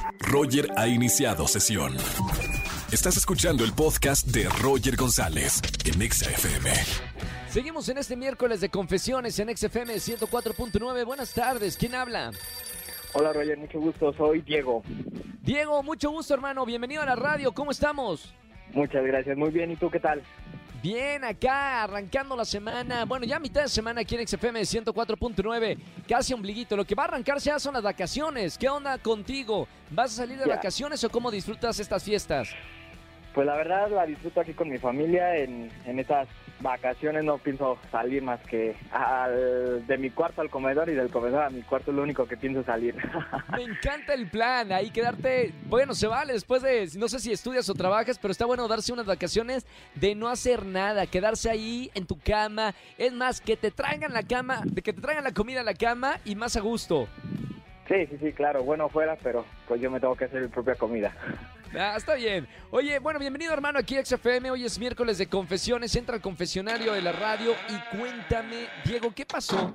Roger ha iniciado sesión. Estás escuchando el podcast de Roger González en Exa FM. Seguimos en este miércoles de confesiones en XFM 104.9. Buenas tardes, ¿quién habla? Hola Roger, mucho gusto, soy Diego. Diego, mucho gusto hermano, bienvenido a la radio, ¿cómo estamos? Muchas gracias, muy bien, ¿y tú qué tal? Bien, acá arrancando la semana, bueno ya mitad de semana aquí en XFM 104.9, casi ombliguito, lo que va a arrancar ya son las vacaciones. ¿Qué onda contigo? ¿Vas a salir de vacaciones o cómo disfrutas estas fiestas? Pues la verdad la disfruto aquí con mi familia, en estas vacaciones no pienso salir más que de mi cuarto al comedor y del comedor a mi cuarto, es lo único que pienso salir. Me encanta el plan, ahí quedarte, bueno, se vale después de, no sé si estudias o trabajas, pero está bueno darse unas vacaciones de no hacer nada, quedarse ahí en tu cama, es más, que te traigan la cama, de que te traigan la comida a la cama y más a gusto. Sí, claro, bueno fuera, pero pues yo me tengo que hacer mi propia comida. Ah, está bien. Oye, bueno, bienvenido hermano aquí a XFM. Hoy es miércoles de confesiones. Entra al confesionario de la radio y cuéntame, Diego, ¿qué pasó?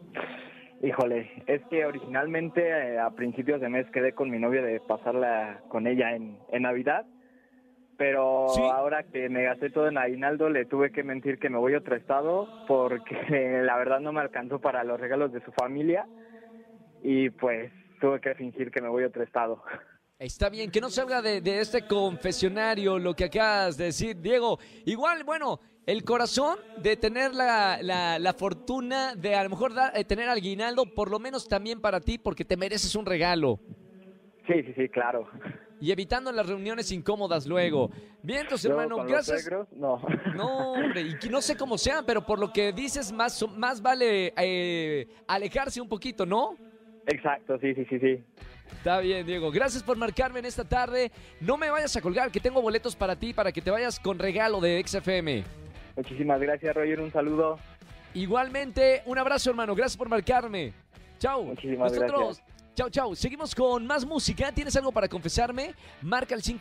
Híjole, es que originalmente a principios de mes quedé con mi novia de pasarla con ella en Navidad, pero ¿Sí? Ahora que me gasté todo en aguinaldo le tuve que mentir que me voy a otro estado porque la verdad no me alcanzó para los regalos de su familia y pues tuve que fingir que me voy a otro estado. Está bien, que no salga de este confesionario lo que acabas de decir, Diego. Igual, bueno, el corazón de tener la fortuna de a lo mejor tener aguinaldo, por lo menos también para ti, porque te mereces un regalo. Sí, claro. Y evitando las reuniones incómodas luego. Bien, entonces, hermano, con gracias. Los suegros, no. No, hombre, y que no sé cómo sean, pero por lo que dices, más vale alejarse un poquito, ¿no? Exacto, sí. Está bien, Diego. Gracias por marcarme en esta tarde. No me vayas a colgar, que tengo boletos para ti, para que te vayas con regalo de XFM. Muchísimas gracias, Roger. Un saludo. Igualmente, un abrazo, hermano. Gracias por marcarme. Chau. Muchísimas gracias. Chau. Seguimos con más música. ¿Tienes algo para confesarme? Marca el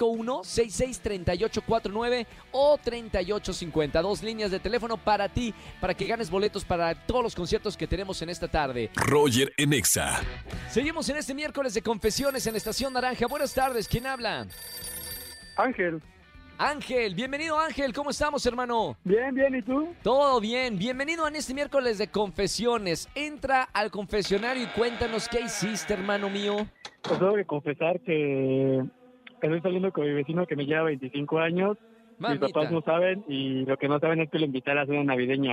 51663849 o 3850. 2 líneas de teléfono para ti, para que ganes boletos para todos los conciertos que tenemos en esta tarde. Roger en Exa. Seguimos en este miércoles de confesiones en Estación Naranja. Buenas tardes. ¿Quién habla? Ángel. Ángel, bienvenido Ángel, ¿cómo estamos, hermano? Bien, ¿y tú? Todo bien, bienvenido en este miércoles de confesiones. Entra al confesionario y cuéntanos qué hiciste, hermano mío. Pues tengo que confesar que estoy saliendo con mi vecino que me lleva 25 años. Mamita. Mis papás no saben y lo que no saben es que lo invité a la cena navideña.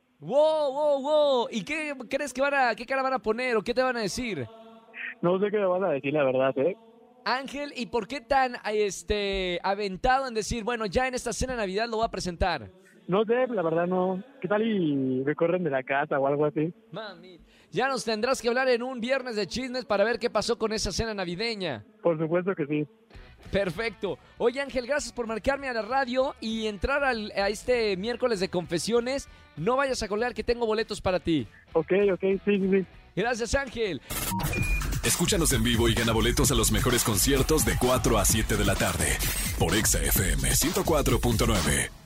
¡Wow! ¿Y qué crees qué cara van a poner o qué te van a decir? No sé qué me van a decir, la verdad, ¿eh? Ángel, ¿y por qué tan aventado en decir, bueno, ya en esta cena de Navidad lo voy a presentar? No sé, la verdad no. ¿Qué tal y me corren de la casa o algo así? Mami, ya nos tendrás que hablar en un viernes de chismes para ver qué pasó con esa cena navideña. Por supuesto que sí. Perfecto. Oye, Ángel, gracias por marcarme a la radio y entrar a este miércoles de confesiones. No vayas a colgar que tengo boletos para ti. Ok, sí. Gracias, Ángel. Escúchanos en vivo y gana boletos a los mejores conciertos de 4 a 7 de la tarde por Exa FM 104.9.